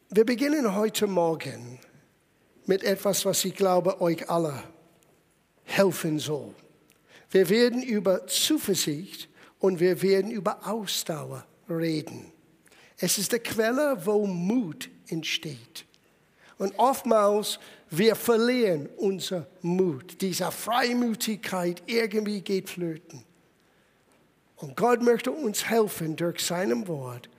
Wir beginnen heute Morgen mit etwas, was ich glaube, euch alle helfen soll. Wir werden über Zuversicht und wir werden über Ausdauer reden. Es ist die Quelle, wo Mut entsteht. Und oftmals, wir verlieren unser Mut. Diese Freimütigkeit irgendwie geht flöten. Und Gott möchte uns helfen durch seinem Wort,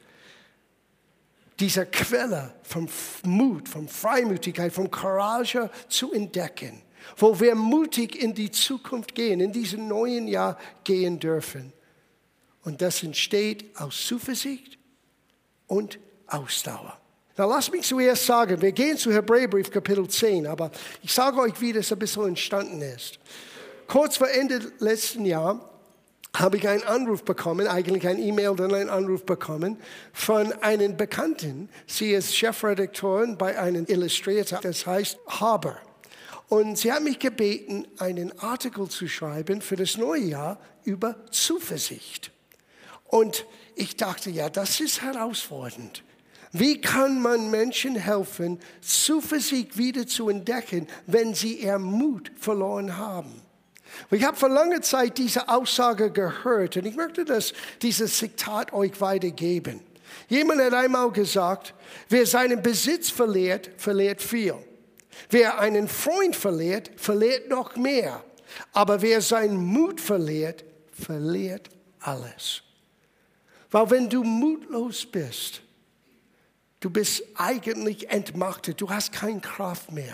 diese Quelle vom Mut, von Freimütigkeit, von Courage zu entdecken, wo wir mutig in die Zukunft gehen, in diesem neuen Jahr gehen dürfen. Und das entsteht aus Zuversicht und Ausdauer. Na, lass mich zuerst sagen, wir gehen zu Hebräerbrief Kapitel 10, aber ich sage euch, wie das ein bisschen entstanden ist. Kurz vor Ende letzten Jahr habe ich einen Anruf bekommen, eigentlich ein E-Mail, dann einen Anruf bekommen von einem Bekannten. Sie ist Chefredakteurin bei einem Illustrator, das heißt Haber. Und sie hat mich gebeten, einen Artikel zu schreiben für das neue Jahr über Zuversicht. Und ich dachte, ja, das ist herausfordernd. Wie kann man Menschen helfen, Zuversicht wieder zu entdecken, wenn sie ihren Mut verloren haben? Ich habe vor langer Zeit diese Aussage gehört und ich möchte dieses Zitat euch weitergeben. Jemand hat einmal gesagt, wer seinen Besitz verliert, verliert viel. Wer einen Freund verliert, verliert noch mehr. Aber wer seinen Mut verliert, verliert alles. Weil wenn du mutlos bist, du bist eigentlich entmachtet, du hast keine Kraft mehr.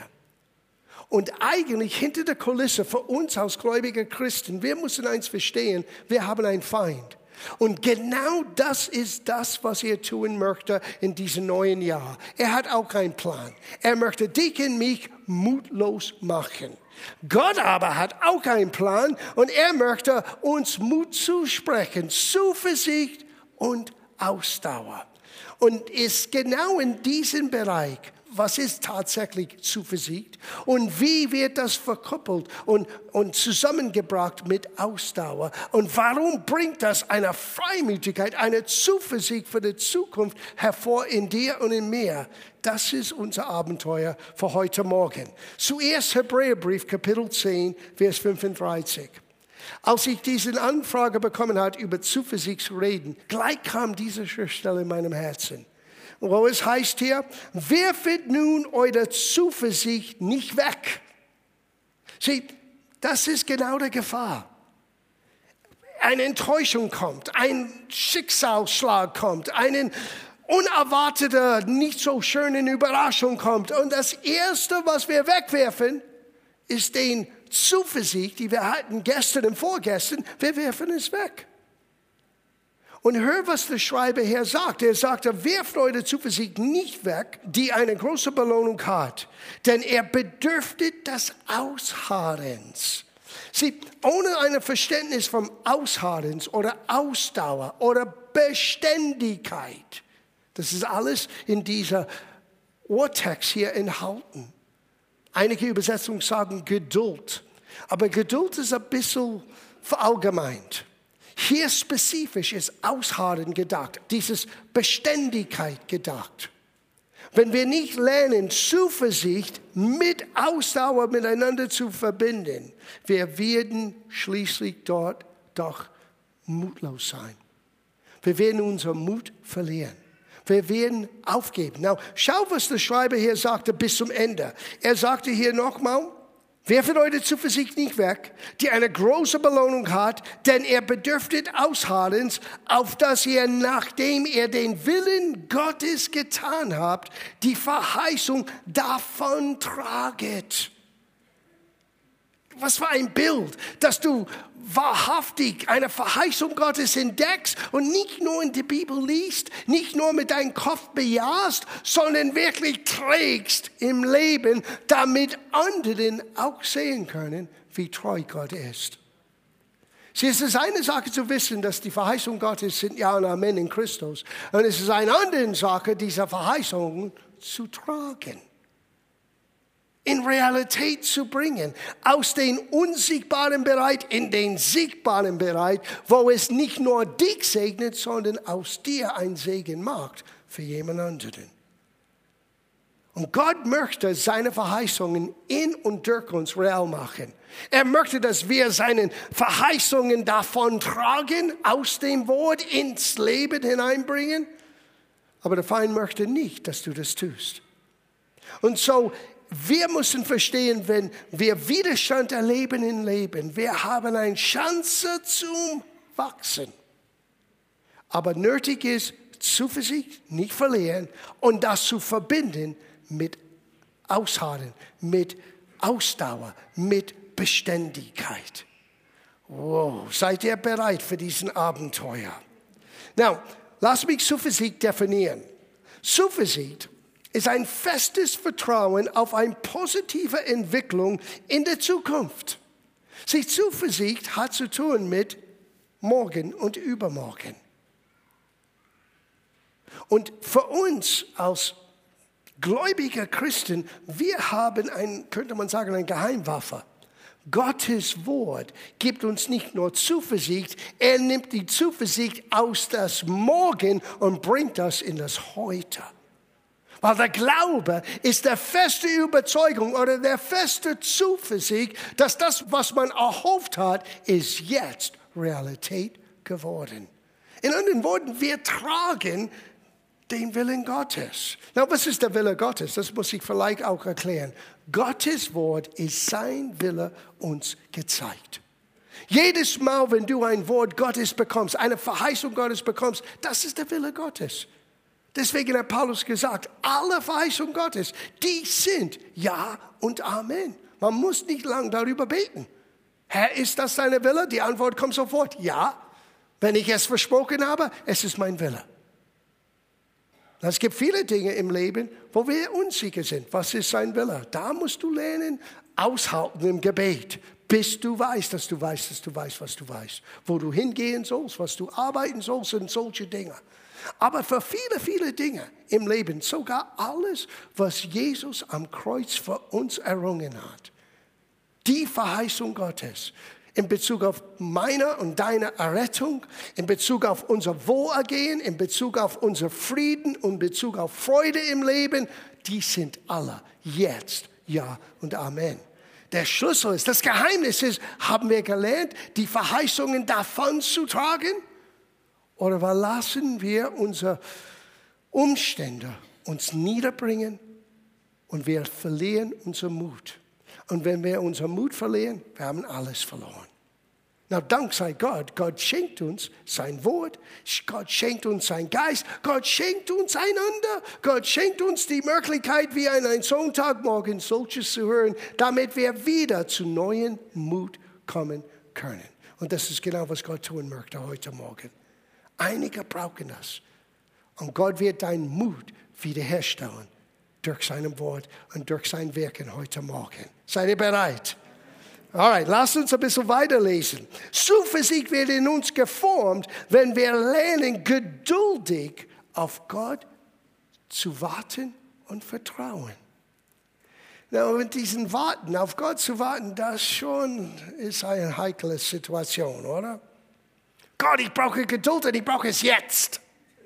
Und eigentlich hinter der Kulisse für uns als gläubige Christen, wir müssen eins verstehen, wir haben einen Feind. Und genau das ist das, was er tun möchte in diesem neuen Jahr. Er hat auch keinen Plan. Er möchte dich und mich mutlos machen. Gott aber hat auch einen Plan und er möchte uns Mut zusprechen, Zuversicht und Ausdauer. Und ist genau in diesem Bereich, was ist tatsächlich Zuversicht und wie wird das verkoppelt und zusammengebracht mit Ausdauer und warum bringt das eine Freimütigkeit, eine Zuversicht für die Zukunft hervor in dir und in mir? Das ist unser Abenteuer für heute Morgen. Zuerst Hebräerbrief, Kapitel 10, Vers 35. Als ich diese Anfrage bekommen habe, über Zuversicht zu reden, gleich kam diese Schriftstelle in meinem Herzen. Wo es heißt hier, werfet nun eure Zuversicht nicht weg. Sieh, das ist genau die Gefahr. Eine Enttäuschung kommt, ein Schicksalsschlag kommt, eine unerwartete, nicht so schöne Überraschung kommt. Und das Erste, was wir wegwerfen, ist die Zuversicht, die wir hatten gestern und vorgestern. Wir werfen es weg. Und hör, was der Schreiber hier sagt. Er sagte, werft eure Zuversicht nicht weg, die eine große Belohnung hat. Denn er bedürfte des Ausharrens. Sieh, ohne ein Verständnis vom Ausharrens oder Ausdauer oder Beständigkeit, das ist alles in dieser Urtext hier enthalten. Einige Übersetzungen sagen Geduld. Aber Geduld ist ein bisschen verallgemeint. Hier spezifisch ist Ausharren gedacht, dieses Beständigkeit gedacht. Wenn wir nicht lernen, Zuversicht mit Ausdauer miteinander zu verbinden, wir werden schließlich dort doch mutlos sein. Wir werden unseren Mut verlieren. Wir werden aufgeben. Now, schau, was der Schreiber hier sagte bis zum Ende. Er sagte hier nochmal, werfet eure Zuversicht nicht weg, die eine große Belohnung hat, denn er bedürftet Ausharrens, auf dass ihr, nachdem ihr den Willen Gottes getan habt, die Verheißung davontraget. Was für ein Bild, dass du wahrhaftig eine Verheißung Gottes entdeckst und nicht nur in der Bibel liest, nicht nur mit deinem Kopf bejahst, sondern wirklich trägst im Leben, damit andere auch sehen können, wie treu Gott ist. Es ist eine Sache zu wissen, dass die Verheißungen Gottes sind Ja und Amen in Christus. Und es ist eine andere Sache, diese Verheißungen zu tragen. In Realität zu bringen, aus dem unsichtbaren Bereich in den sichtbaren Bereich, wo es nicht nur dich segnet, sondern aus dir ein Segen macht für jemand anderen. Und Gott möchte seine Verheißungen in und durch uns real machen. Er möchte, dass wir seine Verheißungen davon tragen, aus dem Wort ins Leben hineinbringen. Aber der Feind möchte nicht, dass du das tust. Und so, wir müssen verstehen, wenn wir Widerstand erleben im Leben, wir haben eine Chance zum Wachsen. Aber nötig ist, Zuversicht nicht verlieren und das zu verbinden mit Ausharren, mit Ausdauer, mit Beständigkeit. Wow, seid ihr bereit für diesen Abenteuer? Now, lass mich Zuversicht definieren. Zuversicht ist ein festes Vertrauen auf eine positive Entwicklung in der Zukunft. Sieh, Zuversicht hat zu tun mit morgen und übermorgen. Und für uns als gläubige Christen, wir haben könnte man sagen, eine Geheimwaffe. Gottes Wort gibt uns nicht nur Zuversicht, er nimmt die Zuversicht aus das Morgen und bringt das in das Heute. Weil der Glaube ist der feste Überzeugung oder der feste Zuversicht, dass das, was man erhofft hat, ist jetzt Realität geworden. In anderen Worten, wir tragen den Willen Gottes. Na, was ist der Wille Gottes? Das muss ich vielleicht auch erklären. Gottes Wort ist sein Wille uns gezeigt. Jedes Mal, wenn du ein Wort Gottes bekommst, eine Verheißung Gottes bekommst, das ist der Wille Gottes. Deswegen hat Paulus gesagt, alle Verheißungen Gottes, die sind Ja und Amen. Man muss nicht lange darüber beten. Herr, ist das deine Wille? Die Antwort kommt sofort, ja. Wenn ich es versprochen habe, es ist mein Wille. Es gibt viele Dinge im Leben, wo wir unsicher sind. Was ist sein Wille? Da musst du lernen, aushalten im Gebet, bis du weißt, dass du weißt, dass du weißt, was du weißt. Wo du hingehen sollst, was du arbeiten sollst und solche Dinge. Aber für viele, viele Dinge im Leben, sogar alles, was Jesus am Kreuz für uns errungen hat, die Verheißung Gottes, in Bezug auf meine und deine Errettung, in Bezug auf unser Wohlergehen, in Bezug auf unser Frieden und in Bezug auf Freude im Leben, die sind alle jetzt Ja und Amen. Der Schlüssel ist, das Geheimnis ist, haben wir gelernt, die Verheißungen davon zu tragen? Oder lassen wir unsere Umstände uns niederbringen und wir verlieren unseren Mut? Und wenn wir unseren Mut verlieren, wir haben alles verloren. Na, Dank sei Gott. Gott schenkt uns sein Wort. Gott schenkt uns sein Geist. Gott schenkt uns einander. Gott schenkt uns die Möglichkeit, wie an einem Sonntagmorgen solches zu hören, damit wir wieder zu neuen Mut kommen können. Und das ist genau, was Gott tun möchte heute Morgen. Einige brauchen das. Und Gott wird deinen Mut wiederherstellen. Durch sein Wort und durch sein Wirken heute Morgen. Seid ihr bereit? Alright, lasst uns ein bisschen weiterlesen. Zuversicht wird in uns geformt, wenn wir lernen, geduldig auf Gott zu warten und vertrauen. Na, und diesen Warten, auf Gott zu warten, das schon ist eine heikle Situation, oder? Gott, ich brauche Geduld und ich brauche es jetzt.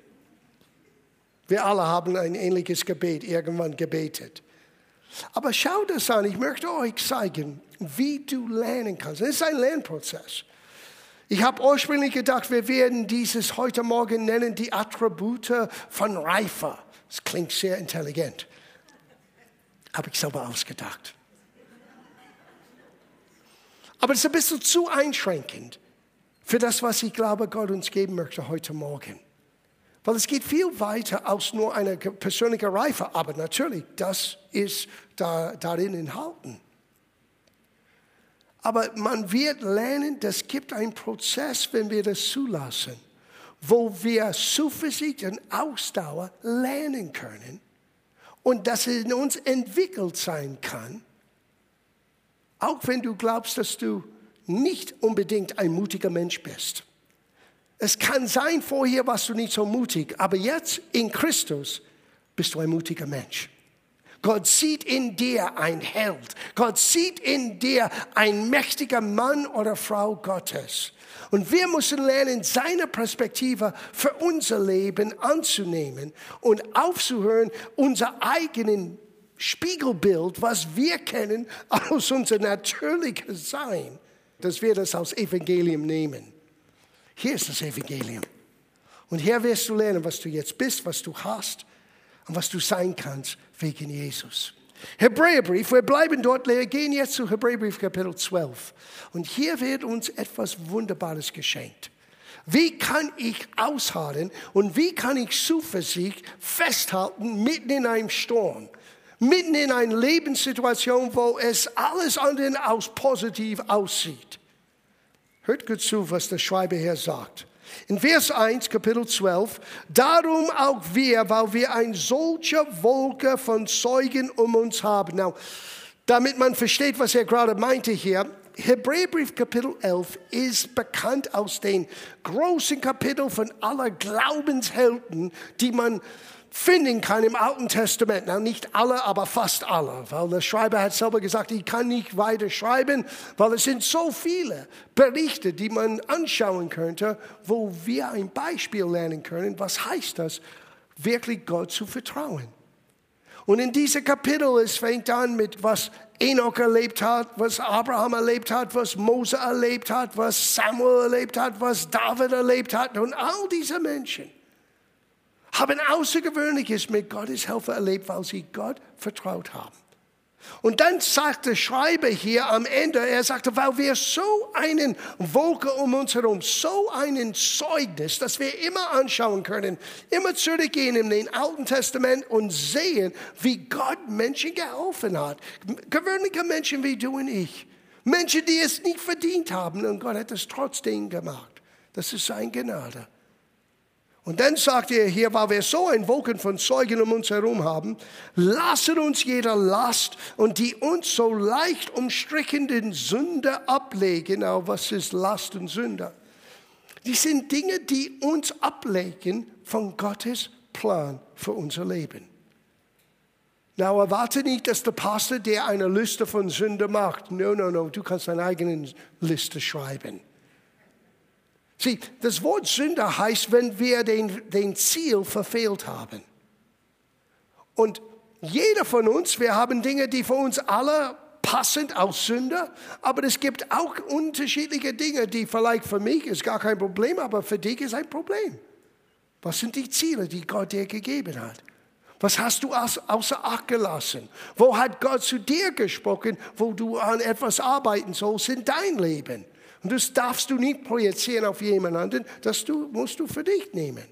Wir alle haben ein ähnliches Gebet irgendwann gebetet. Aber schau das an, ich möchte euch zeigen, wie du lernen kannst. Es ist ein Lernprozess. Ich habe ursprünglich gedacht, wir werden dieses heute Morgen nennen, die Attribute von Reife. Das klingt sehr intelligent. Habe ich selber ausgedacht. Aber es ist ein bisschen zu einschränkend für das, was ich glaube, Gott uns geben möchte heute Morgen. Weil es geht viel weiter als nur eine persönliche Reife. Aber natürlich, das ist darin enthalten. Aber man wird lernen, das gibt einen Prozess, wenn wir das zulassen, wo wir Zuversicht und Ausdauer lernen können und dass es in uns entwickelt sein kann, auch wenn du glaubst, dass du nicht unbedingt ein mutiger Mensch bist. Es kann sein, vorher warst du nicht so mutig, aber jetzt in Christus bist du ein mutiger Mensch. Gott sieht in dir ein Held. Gott sieht in dir ein mächtiger Mann oder Frau Gottes. Und wir müssen lernen, seine Perspektive für unser Leben anzunehmen und aufzuhören, unsere eigenen Spiegelbild, was wir kennen aus unserem natürlichen Sein, dass wir das als Evangelium nehmen. Hier ist das Evangelium. Und hier wirst du lernen, was du jetzt bist, was du hast und was du sein kannst wegen Jesus. Hebräerbrief, wir bleiben dort, wir gehen jetzt zu Hebräerbrief Kapitel 12. Und hier wird uns etwas Wunderbares geschenkt. Wie kann ich ausharren und wie kann ich Zuversicht festhalten mitten in einem Sturm? Mitten in einer Lebenssituation, wo es alles andere als positiv aussieht. Hört gut zu, was der Schreiber hier sagt. In Vers 1, Kapitel 12, darum auch wir, weil wir eine solche Wolke von Zeugen um uns haben. Now, damit man versteht, was er gerade meinte hier, Hebräerbrief Kapitel 11 ist bekannt aus den großen Kapiteln von aller Glaubenshelden, die man finden kann im Alten Testament. Na, nicht alle, aber fast alle. Weil der Schreiber hat selber gesagt, ich kann nicht weiter schreiben, weil es sind so viele Berichte, die man anschauen könnte, wo wir ein Beispiel lernen können, was heißt das, wirklich Gott zu vertrauen. Und in diesem Kapitel, es fängt an mit, was Enoch erlebt hat, was Abraham erlebt hat, was Mose erlebt hat, was Samuel erlebt hat, was David erlebt hat und all diese Menschen haben Außergewöhnliches mit Gottes Hilfe erlebt, weil sie Gott vertraut haben. Und dann sagt der Schreiber hier am Ende, er sagte, weil wir so einen Wolke um uns herum, so einen Zeugnis, das wir immer anschauen können, immer zurückgehen in den Alten Testament und sehen, wie Gott Menschen geholfen hat. Gewöhnliche Menschen wie du und ich. Menschen, die es nicht verdient haben und Gott hat es trotzdem gemacht. Das ist seine Gnade. Und dann sagt er hier, weil wir so ein Wolken von Zeugen um uns herum haben, lasset uns jeder Last und die uns so leicht umstrickenden Sünde ablegen. Aber was ist Last und Sünde? Die sind Dinge, die uns ablegen von Gottes Plan für unser Leben. Na, erwarte nicht, dass der Pastor dir eine Liste von Sünde macht. No, du kannst deine eigene Liste schreiben. Sieh, das Wort Sünde heißt, wenn wir den Ziel verfehlt haben. Und jeder von uns, wir haben Dinge, die für uns alle passend als Sünde, aber es gibt auch unterschiedliche Dinge, die vielleicht für mich ist gar kein Problem, aber für dich ist ein Problem. Was sind die Ziele, die Gott dir gegeben hat? Was hast du außer Acht gelassen? Wo hat Gott zu dir gesprochen, wo du an etwas arbeiten sollst in dein Leben? Und das darfst du nicht projizieren auf jemand anderen, musst du für dich nehmen.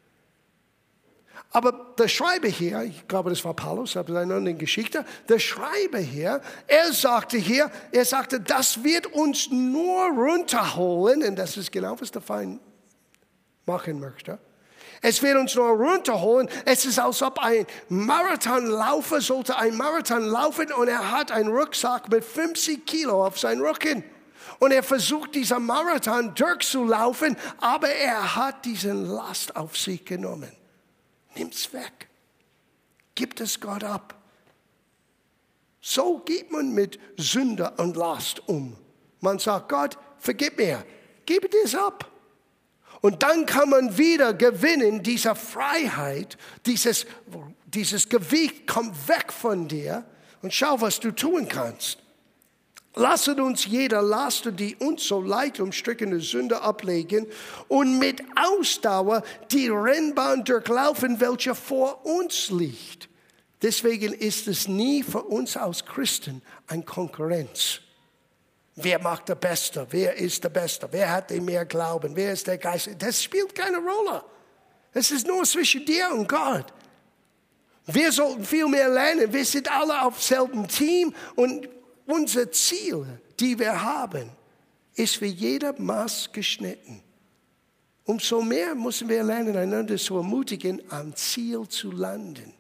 Aber der Schreiber hier, ich glaube, das war Paulus, aber eine andere Geschichte, der Schreiber hier, er sagte, das wird uns nur runterholen, und das ist genau, was der Feind machen möchte. Es wird uns nur runterholen. Es ist, als ob ein Marathonläufer sollte ein Marathon laufen und er hat einen Rucksack mit 50 Kilo auf seinem Rücken. Und er versucht, diesen Marathon durchzulaufen, aber er hat diesen Last auf sich genommen. Nimm's weg. Gib es Gott ab. So geht man mit Sünde und Last um. Man sagt, Gott, vergib mir. Gib es ab. Und dann kann man wieder gewinnen, diese Freiheit, dieses Gewicht kommt weg von dir und schau, was du tun kannst. Lasset uns jeder Last, die uns so leicht umstrickende Sünde ablegen und mit Ausdauer die Rennbahn durchlaufen, welche vor uns liegt. Deswegen ist es nie für uns als Christen eine Konkurrenz. Wer macht der Beste? Wer ist der Beste? Wer hat den mehr Glauben? Wer ist der Geist? Das spielt keine Rolle. Es ist nur zwischen dir und Gott. Wir sollten viel mehr lernen. Wir sind alle auf demselben Team und unser Ziel, die wir haben, ist für jeder Maß geschnitten. Umso mehr müssen wir lernen, einander zu ermutigen, am Ziel zu landen.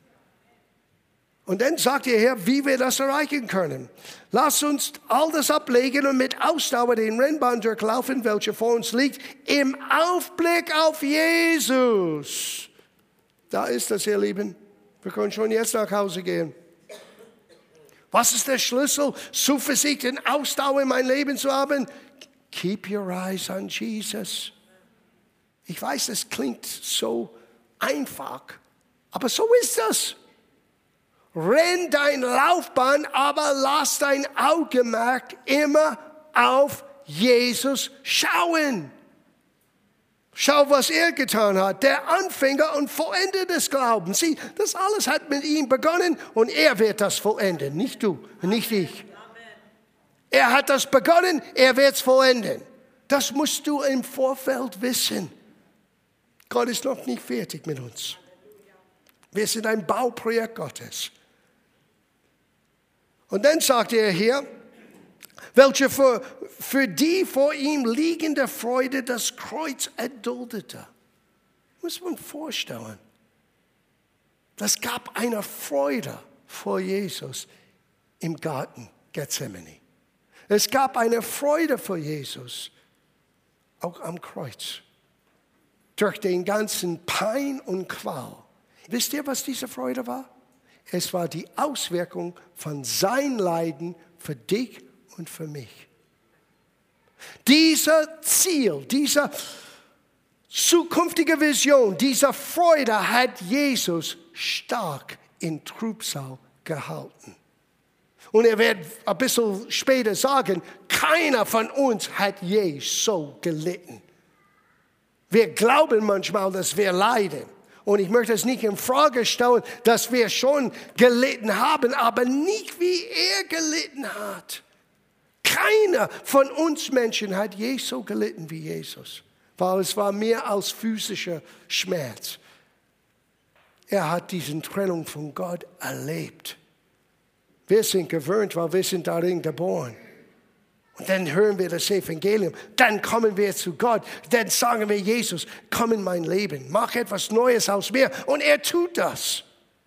Und dann sagt er hier, wie wir das erreichen können. Lass uns all das ablegen und mit Ausdauer den Rennbahn durchlaufen, welcher vor uns liegt, im Aufblick auf Jesus. Da ist das, ihr Lieben. Wir können schon jetzt nach Hause gehen. Was ist der Schlüssel, Zuversicht und Ausdauer in mein Leben zu haben? Keep your eyes on Jesus. Ich weiß, es klingt so einfach, aber so ist das. renn dein Laufbahn, aber lass dein Augenmerk immer auf Jesus schauen. Schau, was er getan hat. Der Anfänger und Vollender des Glaubens. Sieh, das alles hat mit ihm begonnen und er wird das vollenden. Nicht du, nicht ich. Er hat das begonnen, er wird es vollenden. Das musst du im Vorfeld wissen. Gott ist noch nicht fertig mit uns. Wir sind ein Bauprojekt Gottes. Und dann sagt er hier, welche für die vor ihm liegende Freude das Kreuz erduldete. Muss man vorstellen. Das gab eine Freude vor Jesus im Garten Gethsemane. Es gab eine Freude vor Jesus auch am Kreuz. Durch den ganzen Pein und Qual. Wisst ihr, was diese Freude war? Es war die Auswirkung von sein Leiden für dich und für mich. Dieser Ziel, diese zukünftige Vision, diese Freude hat Jesus stark in Trübsal gehalten. Und er wird ein bisschen später sagen, keiner von uns hat je so gelitten. Wir glauben manchmal, dass wir leiden. Und ich möchte es nicht in Frage stellen, dass wir schon gelitten haben, aber nicht wie er gelitten hat. Keiner von uns Menschen hat je so gelitten wie Jesus, weil es war mehr als physischer Schmerz. Er hat diese Trennung von Gott erlebt. Wir sind gewöhnt, weil wir sind darin geboren. Und dann hören wir das Evangelium. Dann kommen wir zu Gott. Dann sagen wir, Jesus, komm in mein Leben. Mach etwas Neues aus mir. Und er tut das.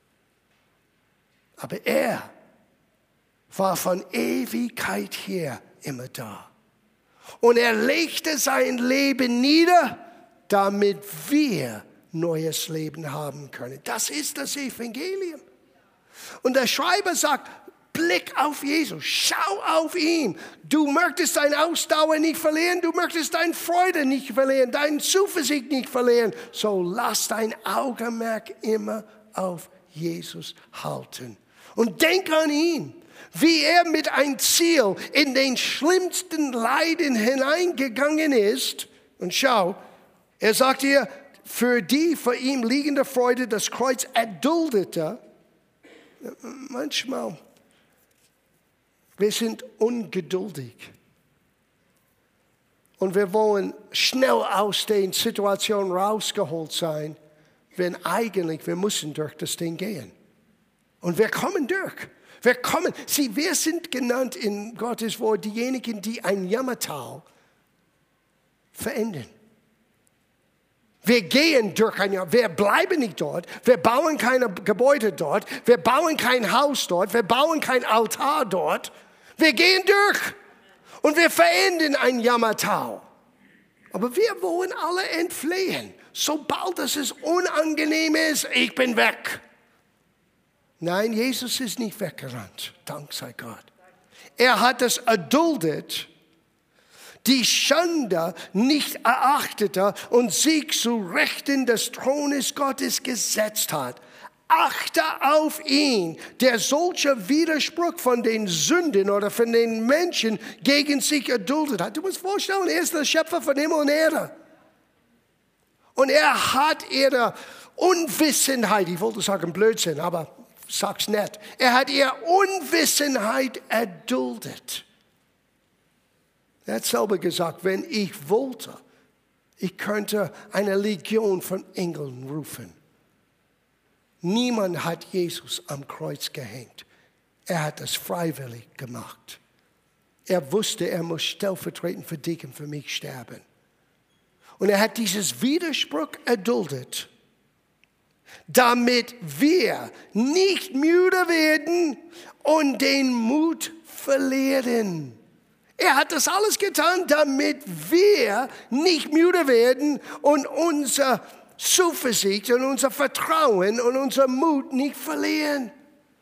Aber er war von Ewigkeit her immer da. Und er legte sein Leben nieder, damit wir neues Leben haben können. Das ist das Evangelium. Und der Schreiber sagt, Blick auf Jesus, schau auf ihn. Du möchtest deine Ausdauer nicht verlieren, du möchtest deine Freude nicht verlieren, deine Zuversicht nicht verlieren. So lass dein Augenmerk immer auf Jesus halten. Und denk an ihn, wie er mit einem Ziel in den schlimmsten Leiden hineingegangen ist. Und schau, er sagt hier, für die vor ihm liegende Freude das Kreuz erduldete. Manchmal, wir sind ungeduldig. Und wir wollen schnell aus den Situationen rausgeholt sein, wenn eigentlich wir müssen durch das Ding gehen. Und wir kommen durch. Wir sind genannt in Gottes Wort diejenigen, die ein Jammertal verändern. Wir gehen durch ein Jahr, wir bleiben nicht dort, wir bauen keine Gebäude dort, wir bauen kein Haus dort, wir bauen kein Altar dort. Wir gehen durch und wir verändern ein Jammertal. Aber wir wollen alle entfliehen. Sobald es unangenehm ist, ich bin weg. Nein, Jesus ist nicht weggerannt, dank sei Gott. Er hat es erduldet, die Schande nicht erachtete und sich zu Rechten des Thrones Gottes gesetzt hat. Achte auf ihn, der solcher Widerspruch von den Sünden oder von den Menschen gegen sich erduldet hat. Du musst vorstellen, er ist der Schöpfer von Himmel und Erde. Und er hat ihre Unwissenheit, ich wollte sagen Blödsinn, aber ich sag's nicht. Er hat ihre Unwissenheit erduldet. Er hat selber gesagt, wenn ich wollte, ich könnte eine Legion von Engeln rufen. Niemand hat Jesus am Kreuz gehängt. Er hat es freiwillig gemacht. Er wusste, er muss stellvertretend für dich und für mich sterben. Und er hat dieses Widerspruch erduldet, damit wir nicht müde werden und den Mut verlieren. Er hat das alles getan, damit wir nicht müde werden und unser Zuversicht und unser Vertrauen und unser Mut nicht verlieren.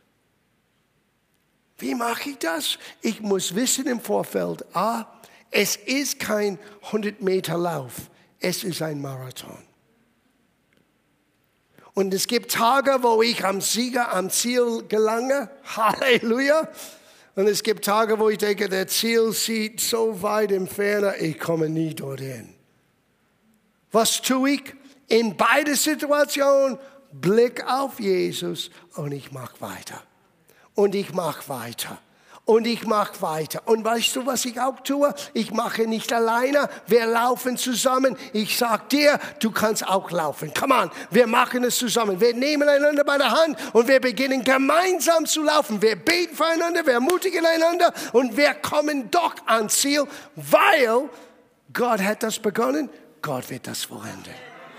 Wie mache ich das? Ich muss wissen im Vorfeld, es ist kein 100 Meter Lauf, es ist ein Marathon. Und es gibt Tage, wo ich am Ziel gelange. Halleluja. Und es gibt Tage, wo ich denke, der Ziel sieht so weit im Ferne, ich komme nie dorthin. Was tue ich? In beide Situationen, Blick auf Jesus und ich mache weiter. Und ich mache weiter. Und ich mache weiter. Und weißt du, was ich auch tue? Ich mache nicht alleine. Wir laufen zusammen. Ich sag dir, du kannst auch laufen. Come on, wir machen es zusammen. Wir nehmen einander bei der Hand und wir beginnen gemeinsam zu laufen. Wir beten füreinander, wir ermutigen einander und wir kommen doch ans Ziel, weil Gott hat das begonnen, Gott wird das vollenden.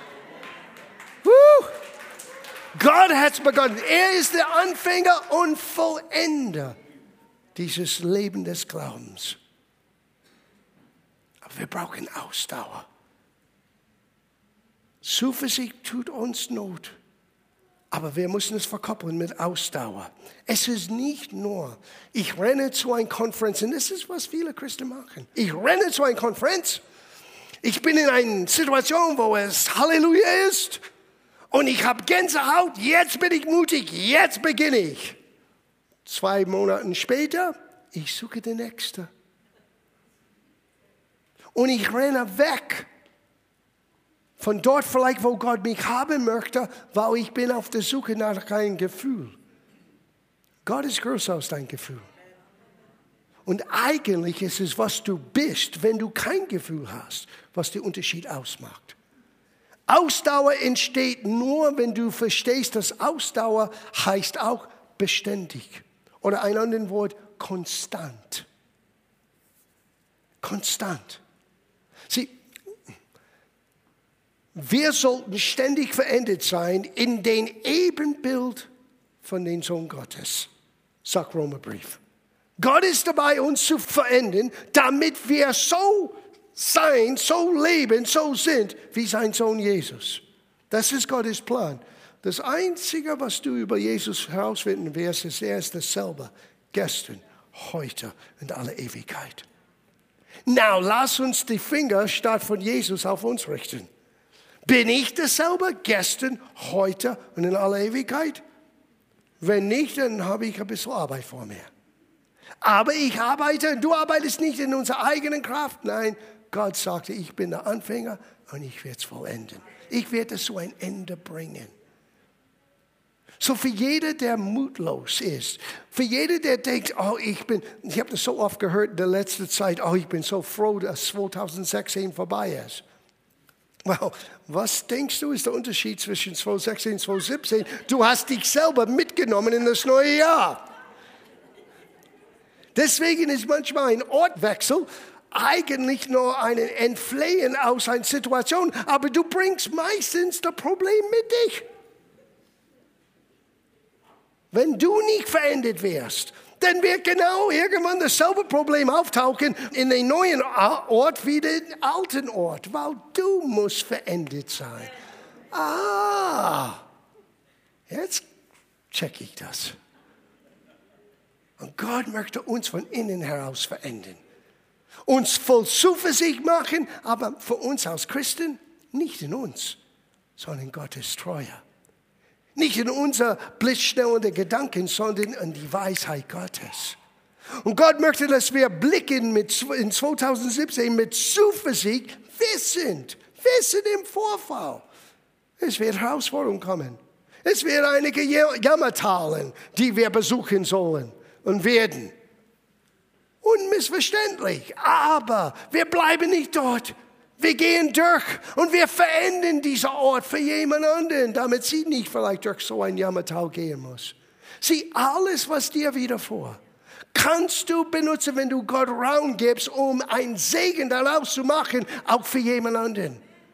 Gott hat es begonnen. Er ist der Anfänger und Vollender dieses Leben des Glaubens. Aber wir brauchen Ausdauer. Zuversicht tut uns Not. Aber wir müssen es verkoppeln mit Ausdauer. Es ist nicht nur, ich renne zu einer Konferenz. Und das ist, was viele Christen machen. Ich renne zu einer Konferenz. Ich bin in einer Situation, wo es Halleluja ist. Und ich habe Gänsehaut. Jetzt bin ich mutig. Jetzt beginne ich. 2 Monate später, ich suche den Nächsten. Und ich renne weg. Von dort vielleicht, wo Gott mich haben möchte, weil ich bin auf der Suche nach einem Gefühl. Gott ist größer als dein Gefühl. Und eigentlich ist es, was du bist, wenn du kein Gefühl hast, was den Unterschied ausmacht. Ausdauer entsteht nur, wenn du verstehst, dass Ausdauer heißt auch beständig. Oder ein anderes Wort, konstant. Konstant. Sieh, wir sollten ständig verändert sein in den Ebenbild von dem Sohn Gottes, sagt Römerbrief. Gott ist dabei, uns zu verändern, damit wir so sein, so leben, so sind, wie sein Sohn Jesus. Das ist Gottes Plan. Das Einzige, was du über Jesus herausfinden wirst, ist, er ist dasselbe, gestern, heute und alle Ewigkeit. Now, lass uns die Finger statt von Jesus auf uns richten. Bin ich dasselbe, gestern, heute und in aller Ewigkeit? Wenn nicht, dann habe ich ein bisschen Arbeit vor mir. Aber ich arbeite, du arbeitest nicht in unserer eigenen Kraft. Nein, Gott sagte, ich bin der Anfänger und ich werde es vollenden. Ich werde es zu einem Ende bringen. So für jeder, der mutlos ist, für jeder, der denkt, ich habe das so oft gehört in der letzten Zeit, ich bin so froh, dass 2016 vorbei ist. Well, was denkst du, ist der Unterschied zwischen 2016 und 2017? Du hast dich selber mitgenommen in das neue Jahr. Deswegen ist manchmal ein Ortwechsel eigentlich nur ein Entfliehen aus einer Situation, aber du bringst meistens das Problem mit dich. Wenn du nicht verändert wirst, dann wird genau irgendwann dasselbe Problem auftauchen in den neuen Ort wie den alten Ort, weil du musst verändert sein. Jetzt check ich das. Und Gott möchte uns von innen heraus verändern. Uns voll Zuversicht machen, aber für uns als Christen nicht in uns, sondern Gott ist treuer. Nicht in unser blitzschnelle Gedanken, sondern in die Weisheit Gottes. Und Gott möchte, dass wir blicken in 2017 mit Zuversicht, wissend im Vorfall. Es wird Herausforderungen kommen. Es wird einige Jammertalen, die wir besuchen sollen und werden. Unmissverständlich, aber wir bleiben nicht dort. Wir gehen durch und wir verändern diesen Ort für jemand anderen, damit sie nicht vielleicht durch so ein Jammertal gehen muss. Sieh, alles, was dir widerfuhr, kannst du benutzen, wenn du Gott Raum gibst, um einen Segen daraus zu machen, auch für jemand anderen.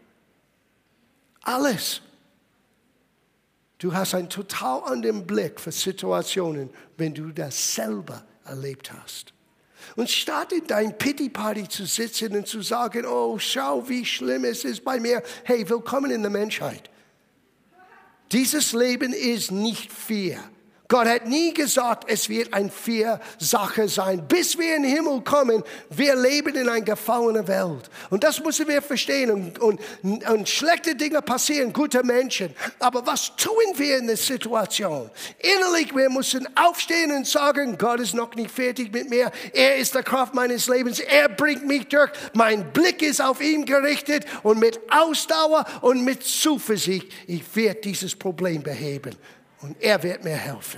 Alles. Du hast einen total anderen Blick für Situationen, wenn du das selber erlebt hast. Und statt in dein Pity-Party zu sitzen und zu sagen, oh, schau, wie schlimm es ist bei mir. Hey, willkommen in der Menschheit. Dieses Leben ist nicht fair. Gott hat nie gesagt, es wird eine Vier-Sache sein. Bis wir in den Himmel kommen, wir leben in einer gefallenen Welt. Und das müssen wir verstehen. Und schlechte Dinge passieren, gute Menschen. Aber was tun wir in der Situation? Innerlich, wir müssen aufstehen und sagen, Gott ist noch nicht fertig mit mir. Er ist die Kraft meines Lebens. Er bringt mich durch. Mein Blick ist auf ihn gerichtet. Und mit Ausdauer und mit Zuversicht, ich werde dieses Problem beheben. Und er wird mir helfen.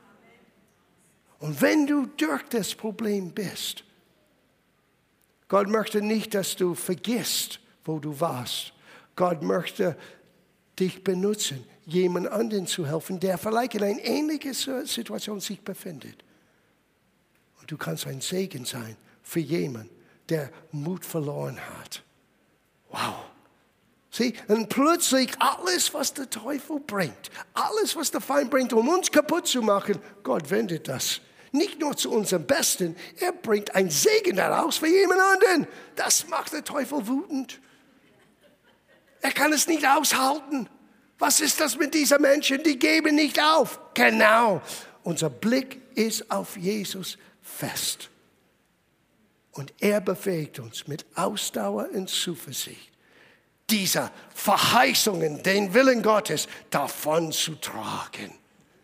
Und wenn du durch das Problem bist, Gott möchte nicht, dass du vergisst, wo du warst. Gott möchte dich benutzen, jemand anderen zu helfen, der vielleicht in einer ähnlichen Situation sich befindet. Und du kannst ein Segen sein für jemanden, der Mut verloren hat. Wow. Sieh, und plötzlich alles, was der Teufel bringt, alles, was der Feind bringt, um uns kaputt zu machen, Gott wendet das. Nicht nur zu unserem Besten, er bringt einen Segen daraus für jemand anderen. Das macht der Teufel wütend. Er kann es nicht aushalten. Was ist das mit diesen Menschen? Die geben nicht auf. Genau. Unser Blick ist auf Jesus fest. Und er befähigt uns mit Ausdauer und Zuversicht, diese Verheißungen, den Willen Gottes davon zu tragen.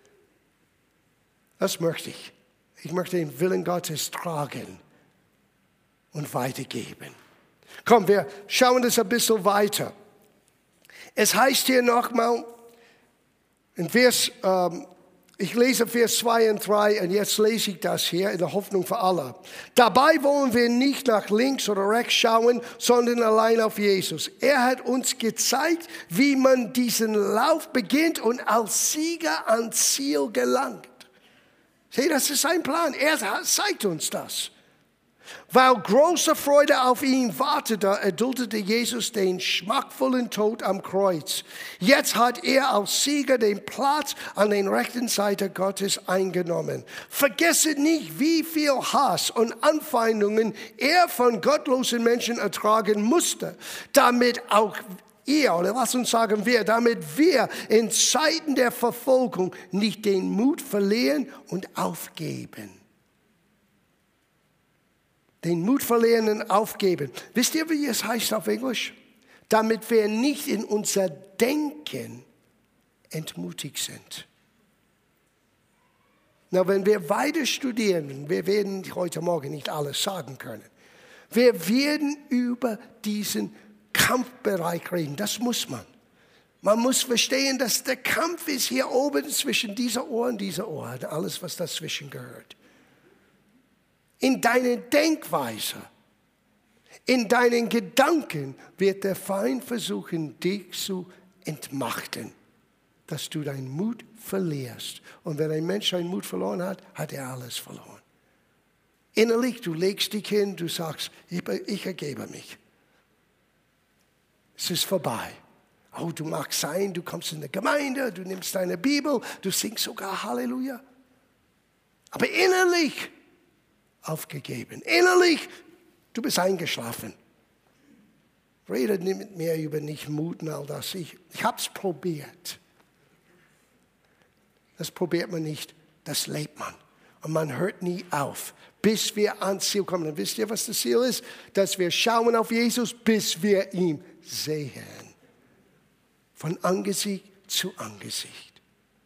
Das möchte ich. Ich möchte den Willen Gottes tragen und weitergeben. Komm, wir schauen das ein bisschen weiter. Es heißt hier nochmal, in Vers, ich lese Vers 2 und 3 und jetzt lese ich das hier in der Hoffnung für alle. Dabei wollen wir nicht nach links oder rechts schauen, sondern allein auf Jesus. Er hat uns gezeigt, wie man diesen Lauf beginnt und als Sieger ans Ziel gelangt. Sieh, das ist sein Plan. Er zeigt uns das. Weil große Freude auf ihn wartete, erduldete Jesus den schmackvollen Tod am Kreuz. Jetzt hat er als Sieger den Platz an der rechten Seite Gottes eingenommen. Vergesse nicht, wie viel Hass und Anfeindungen er von gottlosen Menschen ertragen musste, damit auch oder lass uns sagen damit wir in Zeiten der Verfolgung nicht den Mut verlieren und aufgeben. Den Mut verlieren und aufgeben. Wisst ihr, wie es heißt auf Englisch? Damit wir nicht in unser Denken entmutigt sind. Na, wenn wir weiter studieren, wir werden heute Morgen nicht alles sagen können. Wir werden über diesen Kampfbereich reden, das muss man. Man muss verstehen, dass der Kampf ist hier oben zwischen dieser Ohr und dieser Ohr, und alles, was dazwischen gehört. In deiner Denkweise, in deinen Gedanken wird der Feind versuchen, dich zu entmachten, dass du deinen Mut verlierst. Und wenn ein Mensch seinen Mut verloren hat, hat er alles verloren. Innerlich, du legst dich hin, du sagst, ich ergebe mich. Es ist vorbei. Oh, du magst sein, du kommst in die Gemeinde, du nimmst deine Bibel, du singst sogar Halleluja. Aber innerlich aufgegeben. Innerlich, du bist eingeschlafen. Rede mit mir über nicht Mut und all das. Ich habe es probiert. Das probiert man nicht, das lebt man. Und man hört nie auf, bis wir ans Ziel kommen. Und wisst ihr, was das Ziel ist? Dass wir schauen auf Jesus, bis wir ihn sehen. Von Angesicht zu Angesicht.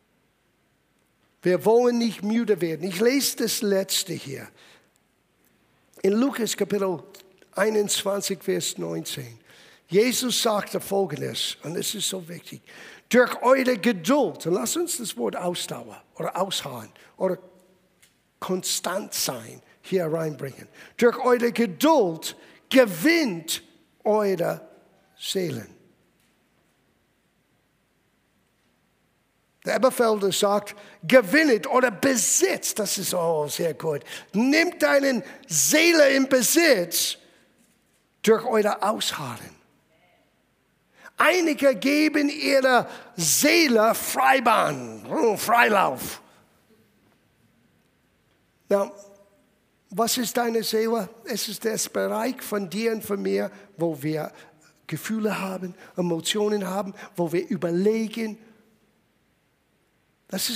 Wir wollen nicht müde werden. Ich lese das Letzte hier. In Lukas Kapitel 21, Vers 19. Jesus sagte Folgendes, und es ist so wichtig. Durch eure Geduld, und lasst uns das Wort Ausdauer oder ausharren oder konstant sein hier reinbringen. Durch eure Geduld gewinnt eure Seelen. Der Elberfelder sagt, gewinnet oder besitzt. Das ist sehr gut. Nimmt deine Seele in Besitz durch euer Ausharren. Einige geben ihrer Seele Freibahn, Freilauf. Na, was ist deine Seele? Es ist das Bereich von dir und von mir, wo wir Gefühle haben, Emotionen haben, wo wir überlegen. Das ist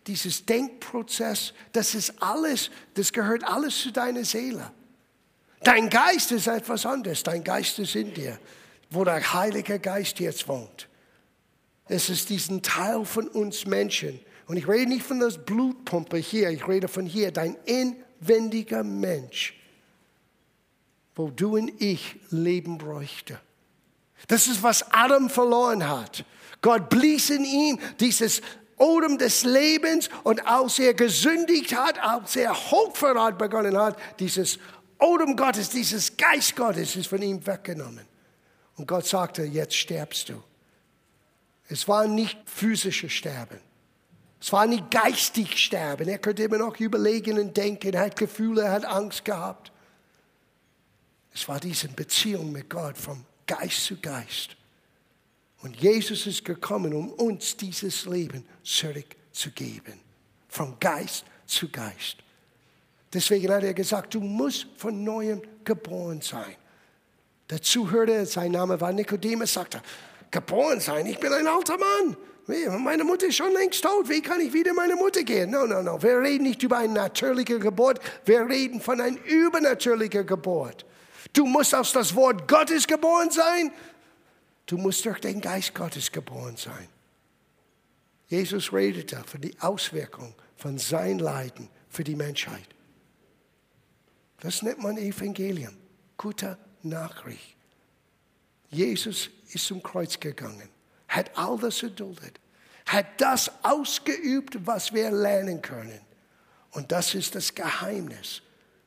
dieses Denkprozess, das ist alles, das gehört alles zu deiner Seele. Dein Geist ist etwas anderes. Dein Geist ist in dir, wo der Heilige Geist jetzt wohnt. Es ist diesen Teil von uns Menschen. Und ich rede nicht von der Blutpumpe hier, ich rede von hier, dein inwendiger Mensch, wo du und ich Leben bräuchte. Das ist, was Adam verloren hat. Gott blies in ihm dieses Odem des Lebens und als er gesündigt hat, als er Hochverrat begonnen hat, dieses Odem Gottes, dieses Geist Gottes ist von ihm weggenommen. Und Gott sagte, jetzt sterbst du. Es war nicht physisches Sterben. Es war nicht geistig Sterben. Er konnte immer noch überlegen und denken, er hat Gefühle, er hat Angst gehabt. Es war diese Beziehung mit Gott vom Geist zu Geist. Und Jesus ist gekommen, um uns dieses Leben zurückzugeben. Vom Geist zu Geist. Deswegen hat er gesagt, du musst von Neuem geboren sein. Der Zuhörer, sein Name war Nikodemus, sagte, geboren sein, ich bin ein alter Mann. Meine Mutter ist schon längst tot, wie kann ich wieder meine Mutter gehen? No. Wir reden nicht über eine natürliche Geburt, wir reden von einer übernatürlichen Geburt. Du musst aus das Wort Gottes geboren sein. Du musst durch den Geist Gottes geboren sein. Jesus redete von der Auswirkung von sein Leiden für die Menschheit. Das nennt man Evangelium, gute Nachricht. Jesus ist zum Kreuz gegangen, hat all das erduldet, hat das ausgeübt, was wir lernen können. Und das ist das Geheimnis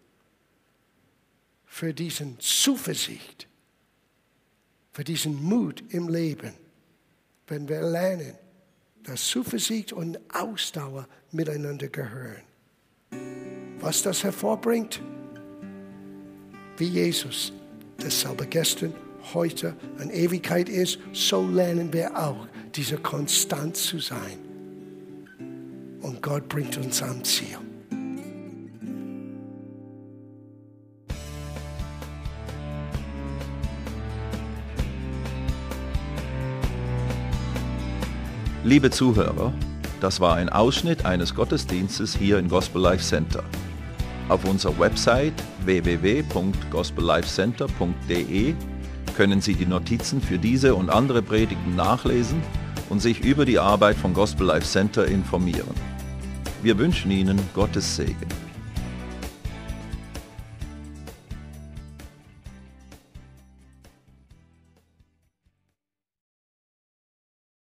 für diesen Zuversicht, für diesen Mut im Leben, wenn wir lernen, dass Zuversicht und Ausdauer miteinander gehören. Was das hervorbringt? Wie Jesus dasselbe gestern, heute und Ewigkeit ist, so lernen wir auch, diese konstant zu sein. Und Gott bringt uns am Ziel. Liebe Zuhörer, das war ein Ausschnitt eines Gottesdienstes hier im Gospel Life Center. Auf unserer Website www.gospellifecenter.de können Sie die Notizen für diese und andere Predigten nachlesen und sich über die Arbeit von Gospel Life Center informieren. Wir wünschen Ihnen Gottes Segen.